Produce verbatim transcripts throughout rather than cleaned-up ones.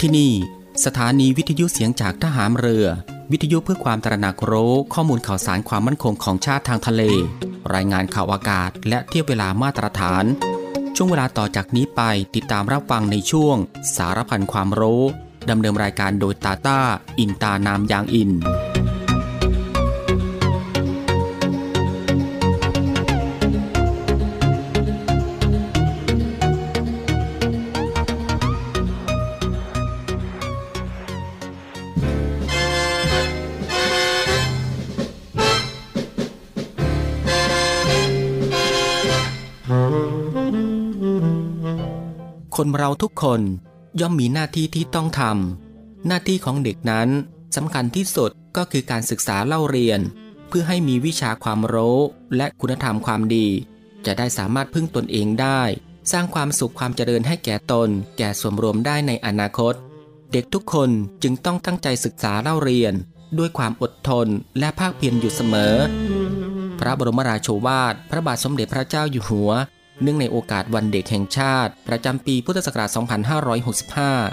ที่นี่สถานีวิทยุเสียงจากทหารเรือวิทยุเพื่อความตระหนักรู้ข้อมูลข่าวสารความมั่นคงของชาติทางทะเลรายงานข่าวอากาศและเทียบเวลามาตรฐานช่วงเวลาต่อจากนี้ไปติดตามรับฟังในช่วงสารพันความรู้ดำเนินรายการโดยตาต้าอินตานามยางอินคนเราทุกคนย่อมมีหน้าที่ที่ต้องทำหน้าที่ของเด็กนั้นสำคัญที่สุดก็คือการศึกษาเล่าเรียนเพื่อให้มีวิชาความรู้และคุณธรรมความดีจะได้สามารถพึ่งตนเองได้สร้างความสุขความเจริญให้แก่ตนแก่ส่วนรวมได้ในอนาคตเด็กทุกคนจึงต้องตั้งใจศึกษาเล่าเรียนด้วยความอดทนและภาคเพียรอยู่เสมอพระบรมราโชวาทพระบาทสมเด็จพระเจ้าอยู่หัวเนื่องในโอกาสวันเด็กแห่งชาติประจำปีพุทธศักราช สองพันห้าร้อยหกสิบห้า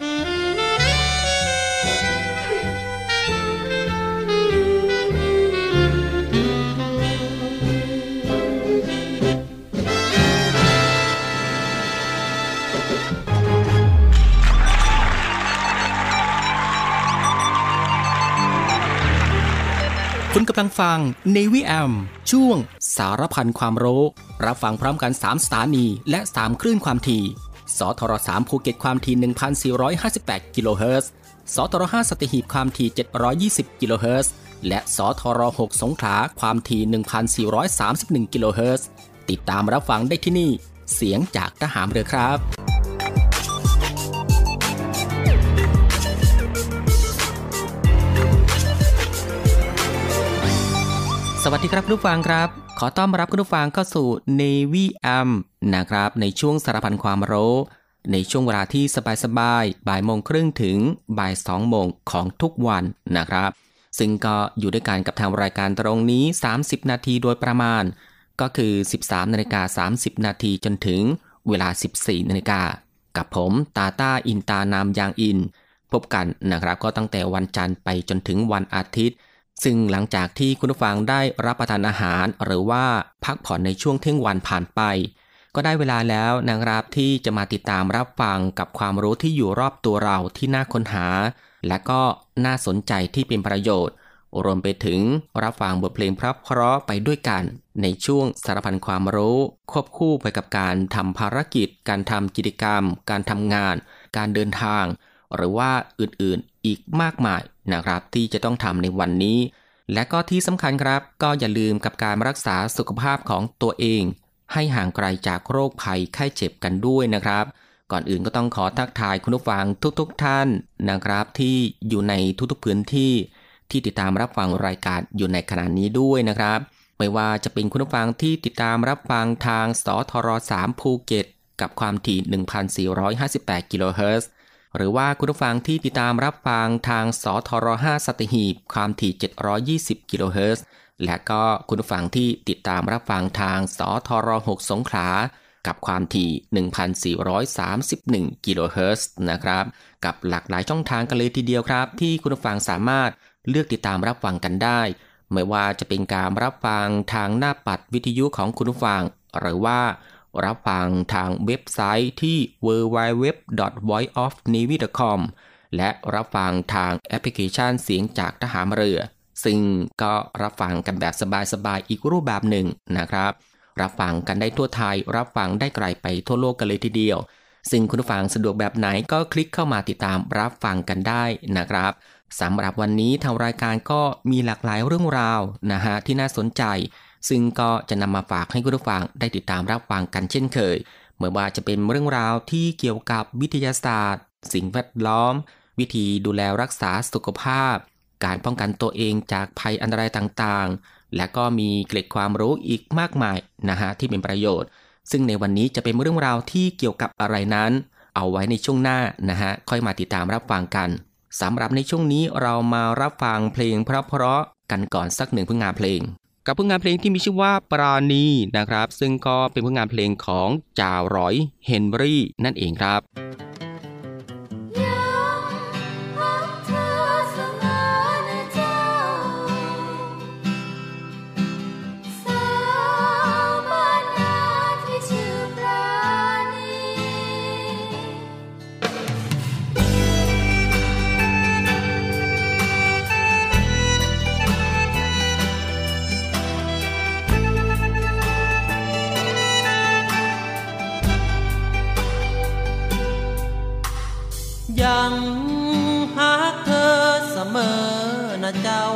คุณกำลังฟัง Navy เอ เอ็ม ช่วงสารพันความรู้รับฟังพร้อมกันสามสถานีและสามคลื่นความถี่สทรสามภูเก็ตความถี่ หนึ่งพันสี่ร้อยห้าสิบแปด กิโลเฮิรตซ์สทรห้าสัตหีบความถี่เจ็ดร้อยยี่สิบกิโลเฮิรตซ์และสทรหกสงขลาความถี่ หนึ่งพันสี่ร้อยสามสิบเอ็ด กิโลเฮิรตซ์ติดตามรับฟังได้ที่นี่เสียงจากทหารเรือครับสวัสดีครับคุณผู้ฟังครับขอต้อนรับคุณผู้ฟังเข้าสู่ Navy เอ เอ็ม นะครับในช่วงสารพันความรู้ในช่วงเวลาที่สบายๆบ่ายโมงครึ่งถึงบ่ายสองโมงของทุกวันนะครับซึ่งก็อยู่ด้วยกันกับทางรายการตรงนี้สามสิบนาทีโดยประมาณก็คือ สิบสามนาฬิกาสามสิบนาทีจนถึงเวลา สิบสี่นาฬิกากับผมตาต้าอินตานามยางอินพบกันนะครับก็ตั้งแต่วันจันทร์ไปจนถึงวันอาทิตย์ซึ่งหลังจากที่คุณผู้ฟังได้รับประทานอาหารหรือว่าพักผ่อนในช่วงเที่ยงวันผ่านไปก็ได้เวลาแล้วนะครับที่จะมาติดตามรับฟังกับความรู้ที่อยู่รอบตัวเราที่น่าค้นหาและก็น่าสนใจที่เป็นประโยชน์รวมไปถึงรับฟังบทเพลงเพราะๆไปด้วยกันในช่วงสารพันความรู้ควบคู่ไปกับการทำภารกิจการทำกิจกรรมการทำงานการเดินทางหรือว่าอื่นๆอีกมากมายนะครับที่จะต้องทำในวันนี้และก็ที่สำคัญครับก็อย่าลืมกับการรักษาสุขภาพของตัวเองให้ห่างไกลจากโรคภัยไข้เจ็บกันด้วยนะครับก่อนอื่นก็ต้องขอทักทายคุณผู้ฟังทุกๆท่านนะครับที่อยู่ในทุกๆพื้นที่ที่ติดตามรับฟังรายการอยู่ในขณะนี้ด้วยนะครับไม่ว่าจะเป็นคุณผู้ฟังที่ติดตามรับฟังทางสทรสามภูเก็ตกับความถี่ หนึ่งพันสี่ร้อยห้าสิบแปด กิโลเฮิรตซ์หรือว่าคุณผู้ฟังที่ติดตามรับฟังทางสทรห้าสัตหีบความถี่เจ็ดร้อยยี่สิบกิโลเฮิรตซ์และก็คุณผู้ฟังที่ติดตามรับฟังทางสทรหกสงขลากับความถี่ หนึ่งพันสี่ร้อยสามสิบเอ็ด กิโลเฮิรตซ์นะครับกับหลากหลายช่องทางกันเลยทีเดียวครับที่คุณผู้ฟังสามารถเลือกติดตามรับฟังกันได้ไม่ว่าจะเป็นการรับฟังทางหน้าปัดวิทยุของคุณผู้ฟังหรือว่ารับฟังทางเว็บไซต์ที่ ดับเบิลยู ดับเบิลยู ดับเบิลยู ดอท วอยซ์ ออฟ เนวี่ ดอท คอม และรับฟังทางแอปพลิเคชันเสียงจากทหารเรือซึ่งก็รับฟังกันแบบสบายๆอีกรูปแบบหนึ่งนะครับรับฟังกันได้ทั่วไทยรับฟังได้ไกลไปทั่วโลกกันเลยทีเดียวซึ่งคุณผู้ฟังสะดวกแบบไหนก็คลิกเข้ามาติดตามรับฟังกันได้นะครับสำหรับวันนี้ทางรายการก็มีหลากหลายเรื่องราวนะฮะที่น่าสนใจซึ่งก็จะนำมาฝากให้คุณผู้ฟังได้ติดตามรับฟังกันเช่นเคยไม่ว่าจะเป็นเรื่องราวที่เกี่ยวกับวิทยาศาสตร์สิ่งแวดล้อมวิธีดูแลรักษาสุขภาพการป้องกันตัวเองจากภัยอันตรายต่างๆและก็มีเกร็ดความรู้อีกมากมายนะฮะที่เป็นประโยชน์ซึ่งในวันนี้จะเป็นเรื่องราวที่เกี่ยวกับอะไรนั้นเอาไว้ในช่วงหน้านะฮะค่อยมาติดตามรับฟังกันสำหรับในช่วงนี้เรามารับฟังเพลงเพราะๆกันก่อนสักหนึ่งผลงานเพลงกับผลงานเพลงที่มีชื่อว่าปราณีนะครับซึ่งก็เป็นผลงานเพลงของจ่าร้อยเฮนรี่นั่นเองครับนะเจ้า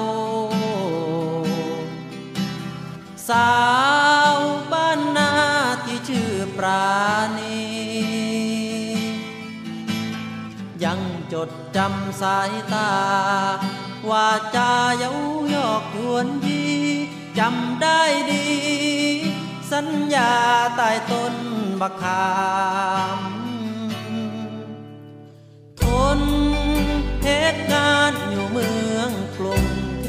สาวบ้านนาที่ชื่อปราณียังจดจำสายตาว่าจาเย้ายอกยวนยีจำได้ดีสัญญาใต้ต้นบักขามทนเหตุงานอยู่เมืองกรุงเท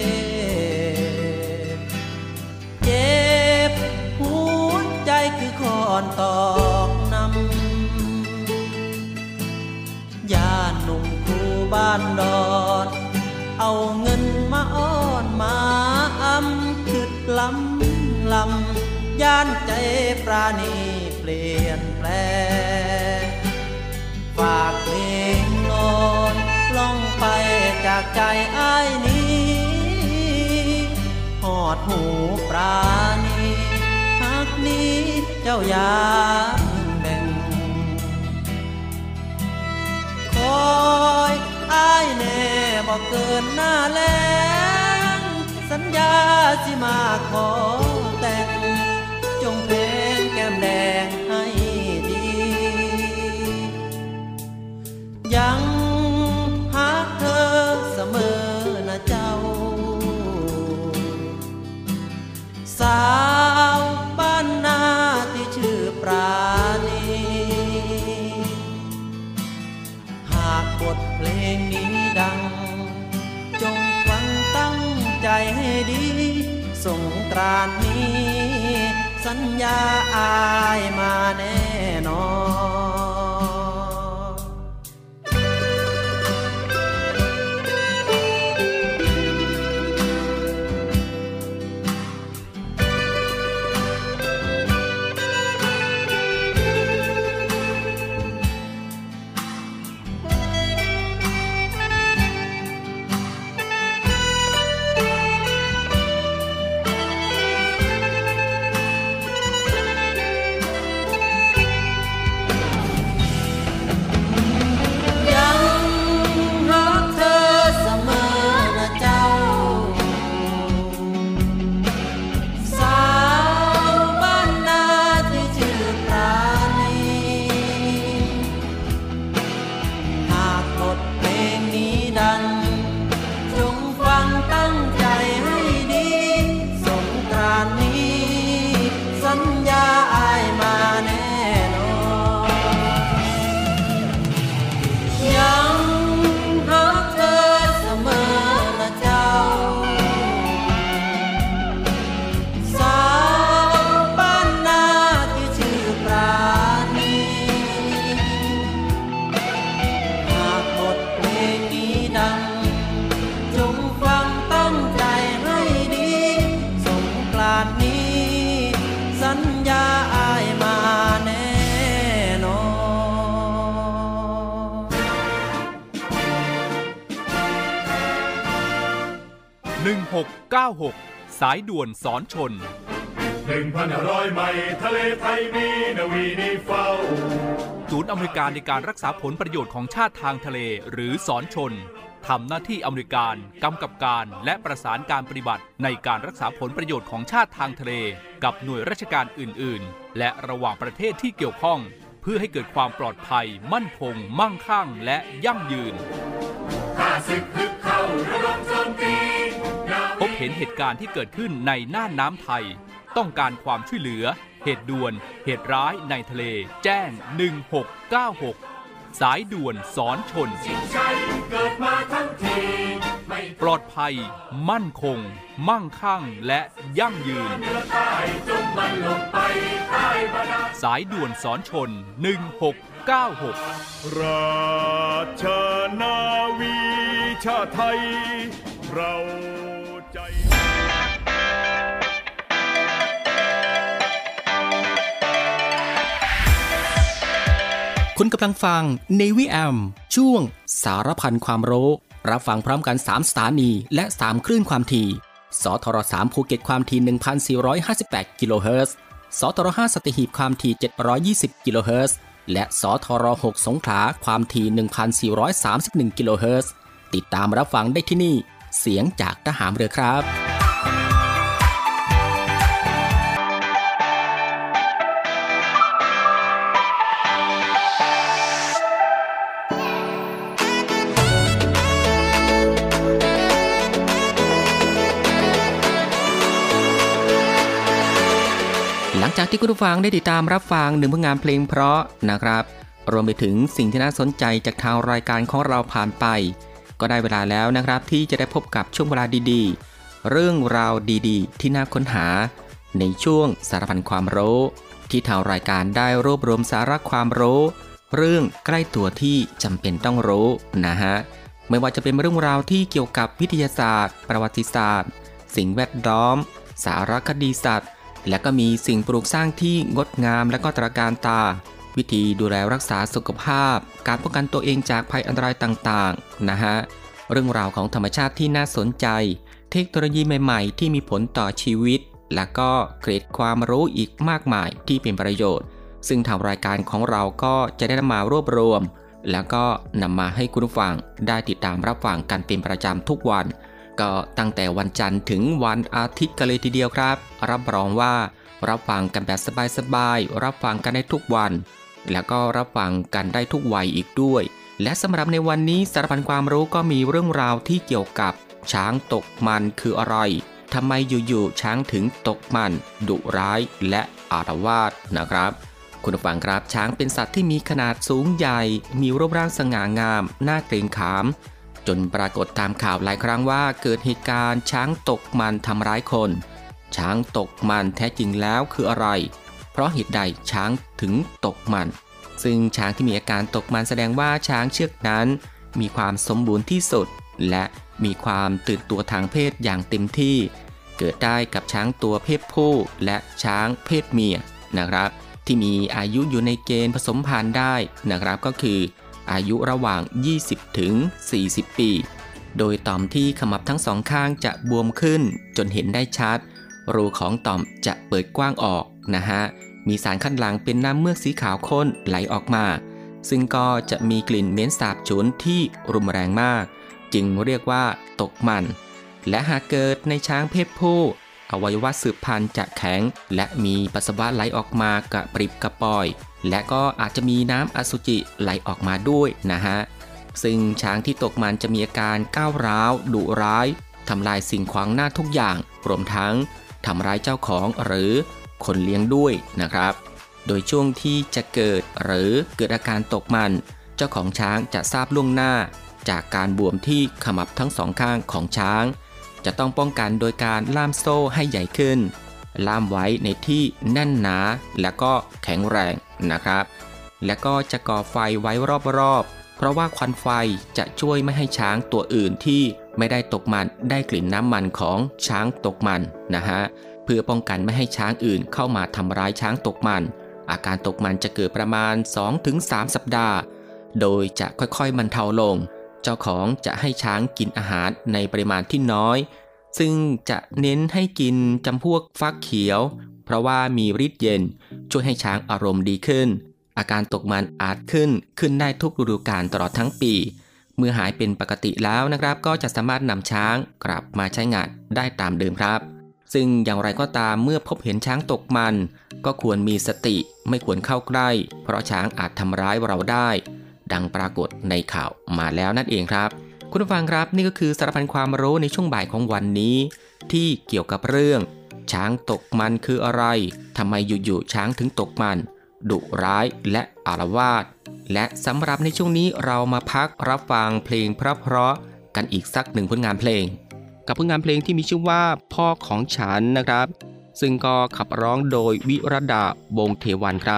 พเจ็บหัวใจคือคอนตอกนำย่าหนุ่มคู่บ้านดอนเอาเงินมาอ้อนมาอำคืดลำลำย่านใจปราณีเปลี่ยนแปลงฝากเพลงลอยล่องไปจากใจอ้ายนี้หอดหูปราณีหักนี้เจ้าอย่าแบ่งคอยอ้ายแน่บอกเกินหน้าแล้งสัญญาสิมาขอแต่งจงเพลงแก้มแดงให้ดียังหาเธอเสมอนะเจ้าสาวบ้านนาที่ชื่อปราณีหากบทเพลงนี้ดังจงฟังตั้งใจให้ดีสงกรานต์นี้สัญญาอายมาแน่นอนหนึ่งหกเก้าหกสายด่วนสอนชนหนึ่งพันห้าร้อยไมล์ทะเลไทยมีนาวีนิเฝ้าศูนย์อเมริการในการรักษาผลประโยชน์ของชาติทางทะเลหรือสอนชนทำหน้าที่อเมริการกำกับการและประสานการปฏิบัติในการรักษาผลประโยชน์ของชาติทางทะเลกับหน่วยราชการอื่นๆและระหว่างประเทศที่เกี่ยวข้องเพื่อให้เกิดความปลอดภัยมั่นคงมั่งคั่งและยั่งยืนข้าศึกฮึกเข้าระดมโจมตีพบเห็นเหตุการณ์ที่เกิดขึ้นในน่านน้ำไทยต้องการความช่วยเหลือเหตุด่วนเหตุร้ายในทะเลแจ้งหนึ่งหกเก้าหกสายด่วนสอนชนปลอดภัยมั่นคงมั่งคั่งและยั่งยืนสายด่วนสอนชนหนึ่งหกเก้าหกราชนาวีชาติไทยเราใจคุณกำลังฟัง Navy เอ เอ็ม ช่วงสารพันความรู้รับฟังพร้อมกันสามสถานีและสามคลื่นความถี่สทรสามภูเก็ตความถี่ หนึ่งพันสี่ร้อยห้าสิบแปด กิโลเฮิรตซ์ สทรห้าสัตหีบความถี่ เจ็ดร้อยยี่สิบ กิโลเฮิรตซ์ และสทรหกสงขลาความถี่ หนึ่งพันสี่ร้อยสามสิบเอ็ด กิโลเฮิรตซ์ ติดตามรับฟังได้ที่นี่เสียงจากทหารเรือครับหลังจากที่คุณผู้ฟังได้ติดตามรับฟังหนึ่งผลงานเพลงเพราะนะครับรวมไปถึงสิ่งที่น่าสนใจจากทางรายการของเราผ่านไปก็ได้เวลาแล้วนะครับที่จะได้พบกับช่วงเวลาดีๆเรื่องราวดีๆที่น่าค้นหาในช่วงสารพันความรู้ที่ทางรายการได้รวบรวมสาระความรู้เรื่องใกล้ตัวที่จำเป็นต้องรู้นะฮะไม่ว่าจะเป็นเรื่องราวที่เกี่ยวกับวิทยาศาสตร์ประวัติศาสตร์สิ่งแวดล้อมสารคดีสัตว์และก็มีสิ่งปลูกสร้างที่งดงามและก็ตระการตาวิธีดูแลรักษาสุขภาพการป้องกันตัวเองจากภัยอันตรายต่างๆนะฮะเรื่องราวของธรรมชาติที่น่าสนใจเทคโนโลยีใหม่ๆที่มีผลต่อชีวิตและก็เกร็ดความรู้อีกมากมายที่เป็นประโยชน์ซึ่งทางรายการของเราก็จะได้นำมารวบรวมแล้วก็นำมาให้คุณผู้ฟังได้ติดตามรับฟังกันเป็นประจำทุกวันก็ตั้งแต่วันจันทร์ถึงวันอาทิตย์กันเลยทีเดียวครับรับรองว่ารับฟังกันแบบสบายๆรับฟังกันได้ทุกวันแล้วก็รับฟังกันได้ทุกวัยอีกด้วยและสำหรับในวันนี้สารพันความรู้ก็มีเรื่องราวที่เกี่ยวกับช้างตกมันคืออะไรทำไมอยู่ๆช้างถึงตกมันดุร้ายและอาละวาดนะครับคุณผู้ฟังครับช้างเป็นสัตว์ที่มีขนาดสูงใหญ่มีรูปร่างสง่างามน่าเกรงขามจนปรากฏตามข่าวหลายครั้งว่าเกิดเหตุการณ์ช้างตกมันทำร้ายคนช้างตกมันแท้จริงแล้วคืออะไรเพราะเหตุใดช้างถึงตกมันซึ่งช้างที่มีอาการตกมันแสดงว่าช้างเชือกนั้นมีความสมบูรณ์ที่สุดและมีความตื่นตัวทางเพศอย่างเต็มที่เกิดได้กับช้างตัวเพศผู้และช้างเพศเมียนะครับที่มีอายุอยู่ในเกณฑ์ผสมพันธุ์ได้นะครับก็คืออายุระหว่างยี่สิบถึงสี่สิบปีโดยต่อมที่ขมับทั้งสองข้างจะบวมขึ้นจนเห็นได้ชัดรูของต่อมจะเปิดกว้างออกนะฮะมีสารคัดหลั่งเป็นน้ำเมือกสีขาวข้นไหลออกมาซึ่งก็จะมีกลิ่นเหม็นสาบฉุนที่รุนแรงมากจึงเรียกว่าตกมันและหากเกิดในช้างเพศผู้อวัยวะสืบพันธุ์จะแข็งและมีปัสสาวะไหลออกมากระปริบกระปอยและก็อาจจะมีน้ำอสุจิไหลออกมาด้วยนะฮะซึ่งช้างที่ตกมันจะมีอาการก้าวร้าวดุร้ายทำลายสิ่งขวางหน้าทุกอย่างรวมทั้งทำร้ายเจ้าของหรือคนเลี้ยงด้วยนะครับโดยช่วงที่จะเกิดหรือเกิดอาการตกมันเจ้าของช้างจะทราบล่วงหน้าจากการบวมที่ขมับทั้งสองข้างของช้างจะต้องป้องกันโดยการล่ามโซ่ให้ใหญ่ขึ้นล่ามไว้ในที่แน่นหนาและก็แข็งแรงนะครับและก็จะก่อไฟไว้รอบๆเพราะว่าควันไฟจะช่วยไม่ให้ช้างตัวอื่นที่ไม่ได้ตกมันได้กลิ่นน้ำมันของช้างตกมันนะฮะเพื่อป้องกันไม่ให้ช้างอื่นเข้ามาทำร้ายช้างตกมันอาการตกมันจะเกิดประมาณ สองถึงสาม สัปดาห์โดยจะค่อยๆบรรเทาลงเจ้าของจะให้ช้างกินอาหารในปริมาณที่น้อยซึ่งจะเน้นให้กินจำพวกฟักเขียวเพราะว่ามีฤทธิ์เย็นช่วยให้ช้างอารมณ์ดีขึ้นอาการตกมันอาจขึ้นขึ้นได้ทุกฤดูกาลตลอดทั้งปีเมื่อหายเป็นปกติแล้วนะครับก็จะสามารถนำช้างกลับมาใช้งานได้ตามเดิมครับซึ่งอย่างไรก็ตามเมื่อพบเห็นช้างตกมันก็ควรมีสติไม่ควรเข้าใกล้เพราะช้างอาจทำร้ายเราได้ดังปรากฏในข่าวมาแล้วนั่นเองครับคุณผู้ฟังครับนี่ก็คือสารพันความรู้ในช่วงบ่ายของวันนี้ที่เกี่ยวกับเรื่องช้างตกมันคืออะไรทำไมอยู่ๆช้างถึงตกมันดุร้ายและอาละวาดและสำหรับในช่วงนี้เรามาพักรับฟังเพลงเพราะๆกันอีกสักหนึ่งผลงานเพลงกับผลงานเพลงที่มีชื่อว่าพ่อของฉันนะครับซึ่งก็ขับร้องโดยวิรดาวงศ์เทวันครับ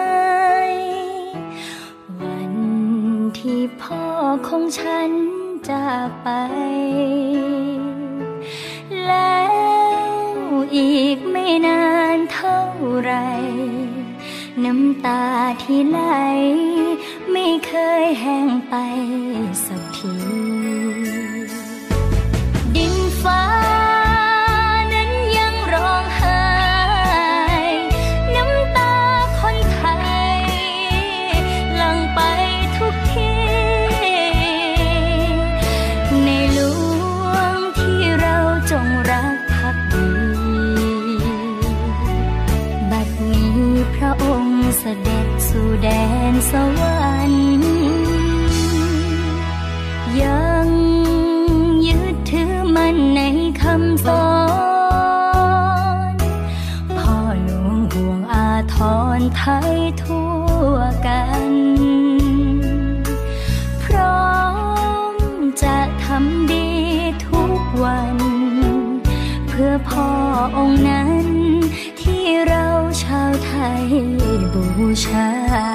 ของฉันจจากไปแล้วอีกไม่นานเท่าไรน้ำตาที่ไหลไม่เคยแห้งไปสักทีดินฟ้านั้นยังร้องไห้น้ำตาคนไทยหลั่งไปทุกทีในหลวงที่เราจงรักภักดีบัดนี้พระองค์เสด็จสู่แดนสวรรค์ยังยึดถือมันในคำสอนพ่อหลวงห่วงอาทรไทยทั่วกันพร้อมจะทำดีทุกวันเพื่อพ่อองค์นั้นที่เราชาวไทยบูชา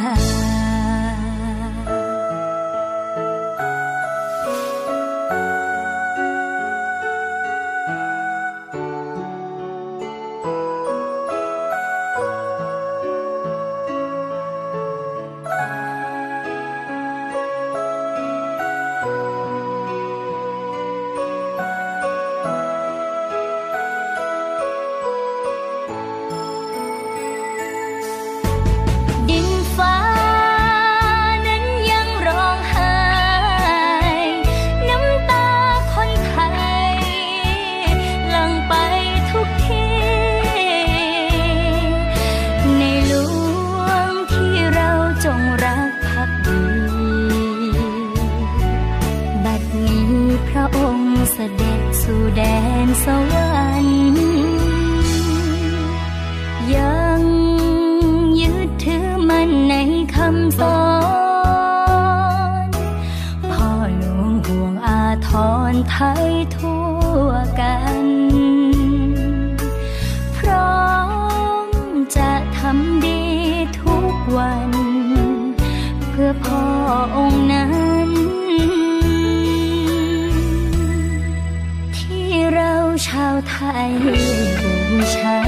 เสด็จสู่แดนสวรรค์ยังยึดถือมันในคำสอนพ่อหลวงห่วงอาทรไทยทั่วกันพร้อมจะทำดีทุกวันเพื่อพ่อองค์นั้นเราชาวไทยบูชา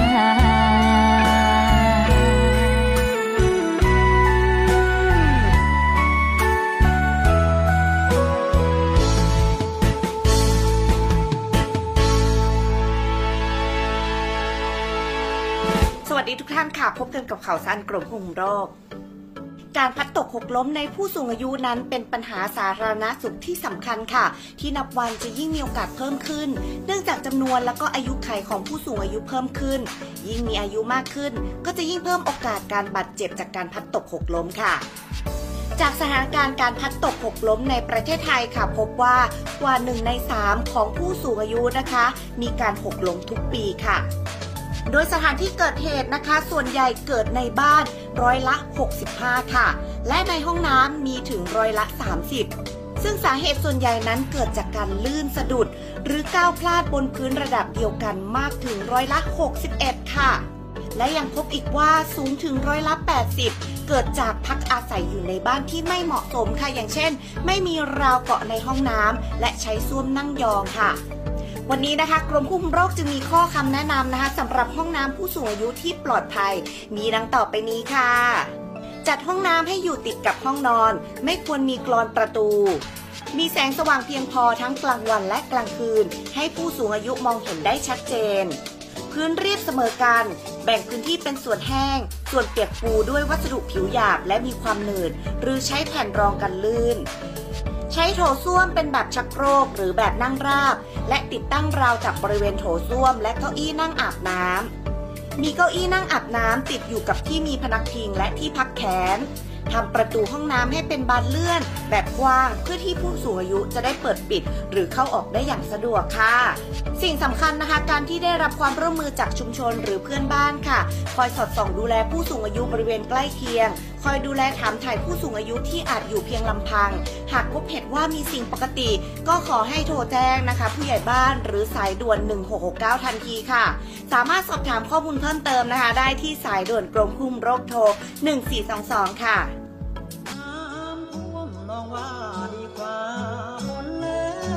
สวัสดีทุกท่านค่ะพบกันกับข่าวสารกรมควบคุมโรคการพลัดตกหกล้มในผู้สูงอายุนั้นเป็นปัญหาสาธารณสุขที่สำคัญค่ะที่นับวันจะยิ่งมีโอกาสเพิ่มขึ้นเนื่องจากจำนวนและก็อายุขัยของผู้สูงอายุเพิ่มขึ้นยิ่งมีอายุมากขึ้นก็จะยิ่งเพิ่มโอกาสการบาดเจ็บจากการพลัดตกหกล้มค่ะจากสถานการณ์การพลัดตกหกล้มในประเทศไทยค่ะพบว่ากว่าหนึ่งในสามของผู้สูงอายุนะคะมีการหกล้มทุกปีค่ะโดยสถานที่เกิดเหตุนะคะส่วนใหญ่เกิดในบ้านร้อยละหกสิบห้าค่ะและในห้องน้ำมีถึงร้อยละสามสิบซึ่งสาเหตุส่วนใหญ่นั้นเกิดจากการลื่นสะดุดหรือก้าวพลาดบนพื้นระดับเดียวกันมากถึงร้อยละหกสิบเอ็ดค่ะและยังพบอีกว่าสูงถึงร้อยละแปดสิบเกิดจากพักอาศัยอยู่ในบ้านที่ไม่เหมาะสมค่ะอย่างเช่นไม่มีราวเกาะในห้องน้ำและใช้ส้วมนั่งยองค่ะวันนี้นะคะกรมควบคุมโรคจึงมีข้อคำแนะนำนะคะสำหรับห้องน้ำผู้สูงอายุที่ปลอดภัยมีดังต่อไปนี้ค่ะจัดห้องน้ำให้อยู่ติดกับห้องนอนไม่ควรมีกลอนประตูมีแสงสว่างเพียงพอทั้งกลางวันและกลางคืนให้ผู้สูงอายุมองเห็นได้ชัดเจนพื้นเรียบเสมอกันแบ่งพื้นที่เป็นส่วนแห้งส่วนเปียกปูด้วยวัสดุผิวหยาบและมีความหนืดหรือใช้แผ่นรองกันลื่นใช้โถส้วมเป็นแบบชักโครกหรือแบบนั่งราบและติดตั้งราวจับบริเวณโถส้วมและเก้าอี้นั่งอาบน้ำมีเก้าอี้นั่งอาบน้ำติดอยู่กับที่มีพนักพิงและที่พักแขนทำประตูห้องน้ำให้เป็นบานเลื่อนแบบกว้างเพื่อที่ผู้สูงอายุจะได้เปิดปิดหรือเข้าออกได้อย่างสะดวกค่ะสิ่งสำคัญนะคะการที่ได้รับความร่วมมือจากชุมชนหรือเพื่อนบ้านค่ะคอยสอดส่องดูแลผู้สูงอายุบริเวณใกล้เคียงคอยดูแลถามถ่ายผู้สูงอายุที่อาจอยู่เพียงลำพังหากพบเห็นว่ามีสิ่งปกติก็ขอให้โทรแจ้งนะคะผู้ใหญ่บ้านหรือสายด่วนหนึ่งหกหกเก้าทันทีค่ะสามารถสอบถามข้อมูลเพิ่มเติมนะคะได้ที่สายด่วนกรมควบคุมโรคโทรหนึ่งสี่สองสองค่ะน้ำท่วมนองว่าดีกว่าฝนแล้ว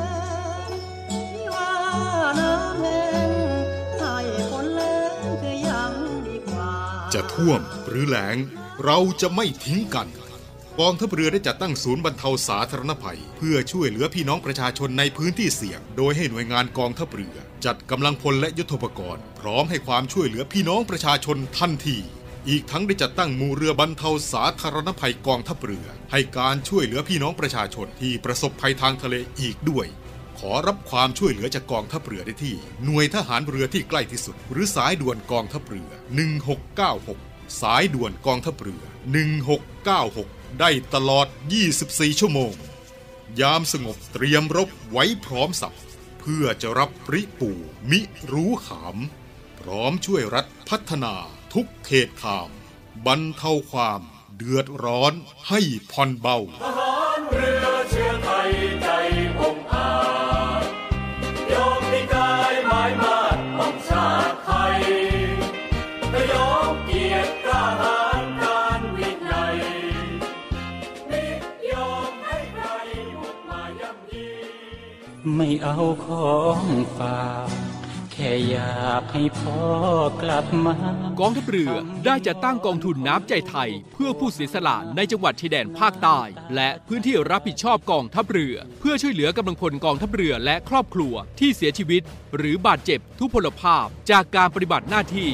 จะท่วมหรือแล้งเราจะไม่ทิ้งกันกองทัพเรือได้จัดตั้งศูนย์บรรเทาสาธารณภัยเพื่อช่วยเหลือพี่น้องประชาชนในพื้นที่เสี่ยงโดยให้หน่วยงานกองทัพเรือจัดกำลังพลและยุทโธปกรณ์พร้อมให้ความช่วยเหลือพี่น้องประชาชนทันทีอีกทั้งได้จัดตั้งหมู่เรือบรรเทาสาธารณภัยกองทัพเรือให้การช่วยเหลือพี่น้องประชาชนที่ประสบภัยทางทะเลอีกด้วยขอรับความช่วยเหลือจากกองทัพเรือได้ที่หน่วยทหารเรือที่ใกล้ที่สุดหรือสายด่วนกองทัพเรือหนึ่งหกเก้าหกสายด่วนกองทัพเรือหนึ่งหกเก้าหกได้ตลอดยี่สิบสี่ชั่วโมงยามสงบเตรียมรบไว้พร้อมสับเพื่อจะรับริปูมิรู้ขามพร้อมช่วยรัฐพัฒนาทุกเขตขามบรรเทาความเดือดร้อนให้ผ่อนเบาทหารเรือเชื้อไทยใจองอาจยอมมีกายหมายมาดของชาติไทยและยอมเกียรติกล้าหาญการวินัยมิยอมให้ใครบุกมาย่ำยีไม่เอาของฝากแค่อยากให้พ่อกลับมากองทัพเรือได้จัดตั้งกองทุนน้ำใจไทยเพื่อผู้เสียสละในจังหวัดชายแดนภาคใต้และพื้นที่รับผิดชอบกองทัพเรือเพื่อช่วยเหลือกำลังพลกองทัพเรือและครอบครัวที่เสียชีวิตหรือบาดเจ็บทุพพลภาพจากการปฏิบัติหน้าที่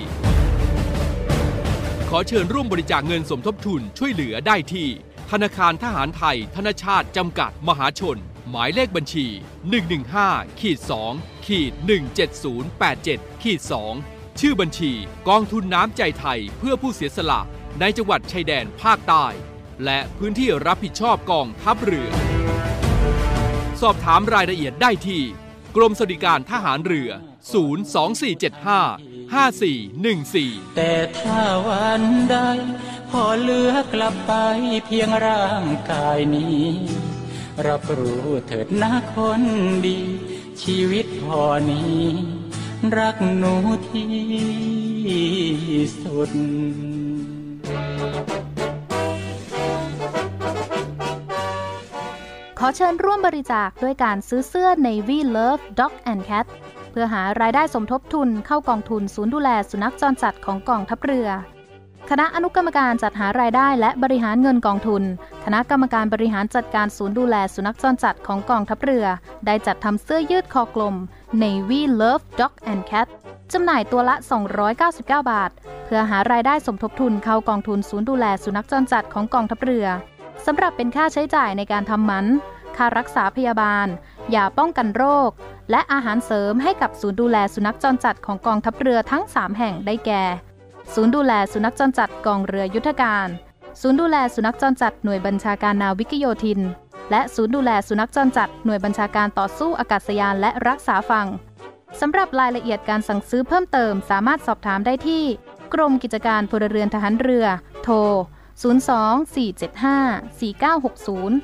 ขอเชิญร่วมบริจาคเงินสมทบทุนช่วยเหลือได้ที่ธนาคารทหารไทยธนชาติจำกัดมหาชนหมายเลขบัญชี หนึ่ง หนึ่ง ห้า สอง หนึ่ง เจ็ด ศูนย์ แปด เจ็ด สอง ชื่อบัญชีกองทุนน้ำใจไทยเพื่อผู้เสียสละในจังหวัดชายแดนภาคใต้และพื้นที่รับผิดชอบกองทัพเรือสอบถามรายละเอียดได้ที่กรมสวัสดิการทหารเรือศูนย์ สอง สี่ เจ็ด ห้า ห้า สี่ หนึ่ง สี่แต่ถ้าวันใดพอเหลือกลับไปเพียงร่างกายนี้รับรู้เถิดนะคนดีชีวิตพอนี้รักหนูที่สุดขอเชิญร่วมบริจาคด้วยการซื้อเสื้อ Navy Love Dog and Cat เพื่อหารายได้สมทบทุนเข้ากองทุนศูนย์ดูแลสุนัขจรจัดของกองทัพเรือคณะอนุกรรมการจัดหารายได้และบริหารเงินกองทุนคณะกรรมการบริหารจัดการศูนย์ดูแลสุนัขจรจัดของกองทัพเรือได้จัดทำเสื้อยืดคอกลม Navy Love Dog and Cat จำหน่ายตัวละสองร้อยเก้าสิบเก้าบาทเพื่อหารายได้สมทบทุนเข้ากองทุนศูนย์ดูแลสุนัขจรจัดของกองทัพเรือสำหรับเป็นค่าใช้จ่ายในการทำหมันค่ารักษาพยาบาลยาป้องกันโรคและอาหารเสริมให้กับศูนย์ดูแลสุนัขจรจัดของกองทัพเรือทั้งสามแห่งได้แก่ศูนย์ดูแลสุนัขจรจัดกองเรือยุทธการศูนย์ดูแลสุนัขจรจัดหน่วยบัญชาการนาวิกโยธินและศูนย์ดูแลสุนัขจรจัดหน่วยบัญชาการต่อสู้อากาศยานและรักษาฝั่งสำหรับรายละเอียดการสั่งซื้อเพิ่มเติมสามารถสอบถามได้ที่กรมกิจการพลเรือนทหารเรือโทรศูนย์ สอง สี่ เจ็ด ห้า สี่ เก้า หก ศูนย์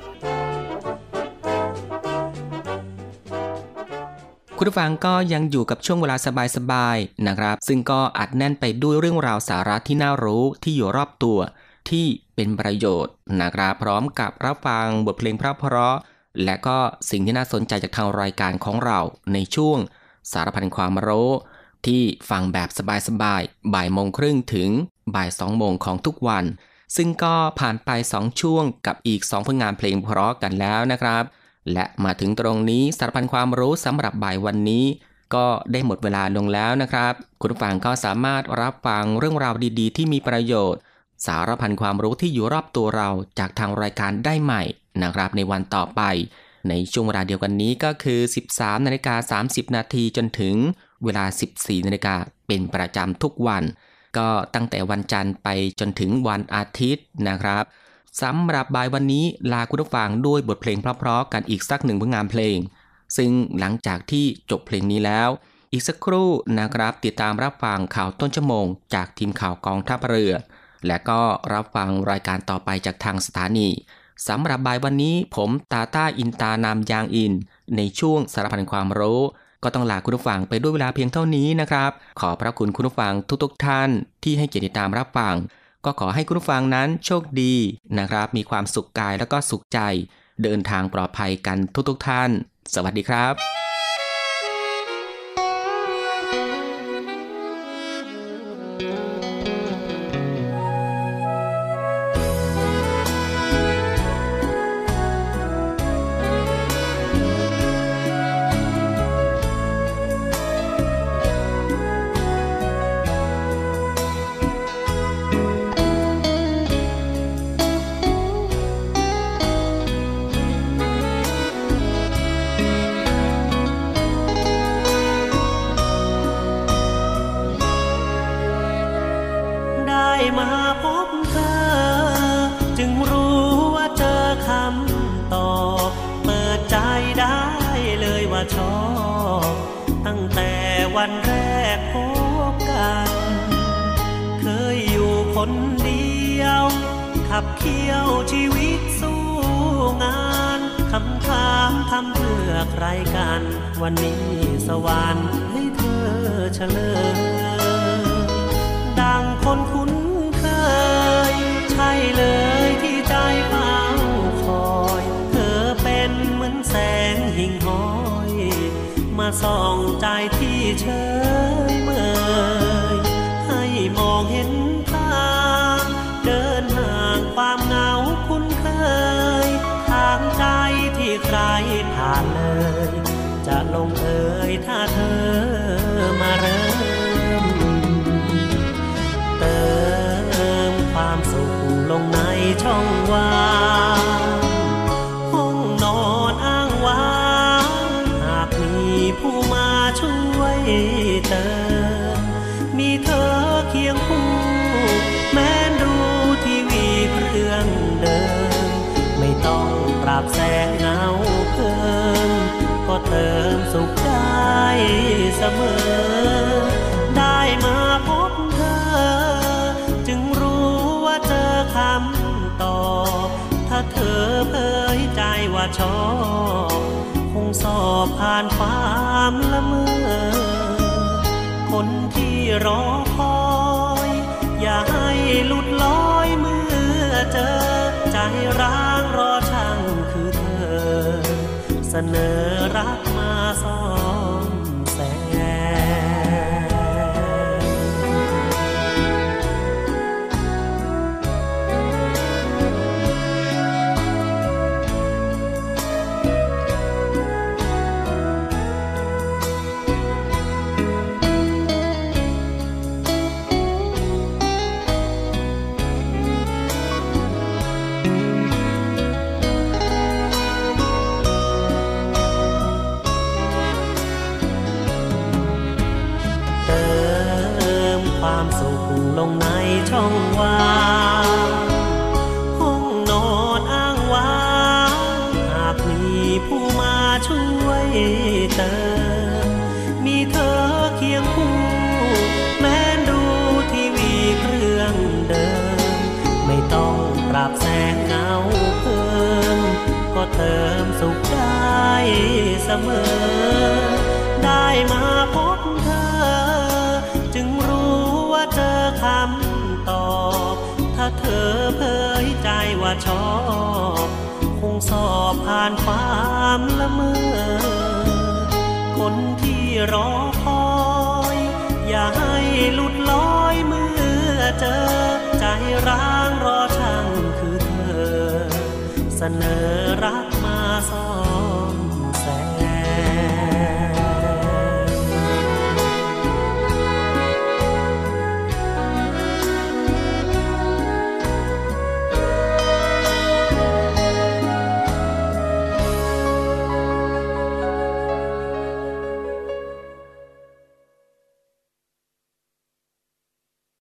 คุณผู้ฟังก็ยังอยู่กับช่วงเวลาสบายๆนะครับซึ่งก็อัดแน่นไปด้วยเรื่องราวสาระที่น่ารู้ที่อยู่รอบตัวที่เป็นประโยชน์นะครับพร้อมกับรับฟังบทเพลงเพราะๆและก็สิ่งที่น่าสนใจจากทางรายการของเราในช่วงสารพันความรู้ที่ฟังแบบสบายๆบ่ายโมงครึ่งถึงบ่ายสองโมงของทุกวันซึ่งก็ผ่านไปสองช่วงกับอีกสองผลงานเพลงเพราะกันแล้วนะครับและมาถึงตรงนี้สารพันความรู้สำหรับบ่ายวันนี้ก็ได้หมดเวลาลงแล้วนะครับคุณผู้ฟังก็สามารถรับฟังเรื่องราวดีๆที่มีประโยชน์สารพันความรู้ที่อยู่รอบตัวเราจากทางรายการได้ใหม่นะครับในวันต่อไปในช่วงเวลาเดียวกันนี้ก็คือ สิบสามนาฬิกาสามสิบนาทีจนถึงเวลา สิบสี่นาฬิกาเป็นประจำทุกวันก็ตั้งแต่วันจันทร์ไปจนถึงวันอาทิตย์นะครับสำหรับบ่ายวันนี้ลาคุณผู้ฟังด้วยบทเพลงเพราะๆกันอีกสักหนึ่งผลงานเพลงซึ่งหลังจากที่จบเพลงนี้แล้วอีกสักครู่นะครับติดตามรับฟังข่าวต้นชั่วโมงจากทีมข่าวกองทัพเรือและก็รับฟังรายการต่อไปจากทางสถานีสำหรับบ่ายวันนี้ผมตาต้าอินตานามยางอินในช่วงสารพันความรู้ก็ต้องลาคุณผู้ฟังไปด้วยเวลาเพียงเท่านี้นะครับขอพระคุณคุณผู้ฟังทุกๆท่านที่ให้เกียรติติดตามรับฟังก็ขอให้คุณผู้ฟังนั้นโชคดีนะครับมีความสุขกายแล้วก็สุขใจเดินทางปลอดภัยกันทุกๆท่านสวัสดีครับมาพบเธอจึงรู้ว่าเจอคำตอบเปิดใจได้เลยว่าชอบตั้งแต่วันแรกพบกันเคยอยู่คนเดียวขับเคี่ยวชีวิตสู้งานคำถามทำเพื่อใครกันวันนี้สวรรค์ให้เธอเฉลยดังคนคุ้นเคยใช่เลยที่ใจเฝ้าคอยเธอเป็นเหมือนแสงหิ่งห้อยมาส่องใจที่เฉยเมยให้มองเห็นทางเดินห่างความเหงาคุ้นเคยทางใจที่ใครผ่านเลยจะลงเอยถ้าเธอมาเริ่มเติมความสุขลงในช่องว่างห้องนอนอ้างว้างหากมีผู้มาช่วยเติมมีเธอเคียงคู่แม้นดูทีวีเครื่องเดิมไม่ต้องปรับแสงเงาเพิ่มก็เติมสุขได้เสมอได้มาพบเธอจึงรู้ว่าเจอคำตอบถ้าเธอเผยใจว่าชอบคงสอบผ่านความละเมอคนที่รอคอยอย่าให้หลุดลอยเมื่อเจอใจร้างรอช่างคือเธอเสนอรักมาซ่อมแซความสุขลงในช่องว่างห้องนอนอ้างว้างหากมีผู้มาช่วยเติมมีเธอเคียงคู่แม้ดูทีวีเครื่องเดิมไม่ต้องปรับแสงเงาเพิ่มก็เติมสุขได้เสมอได้มาพบเธอจึงรู้ว่าเจอคำตอบถ้าเธอเผยใจว่าชอบคงสอบผ่านความละเมอคนที่รอคอยอย่าให้หลุดลอยเมื่อเจอใจร้างรอช่างคือเธอเสนอ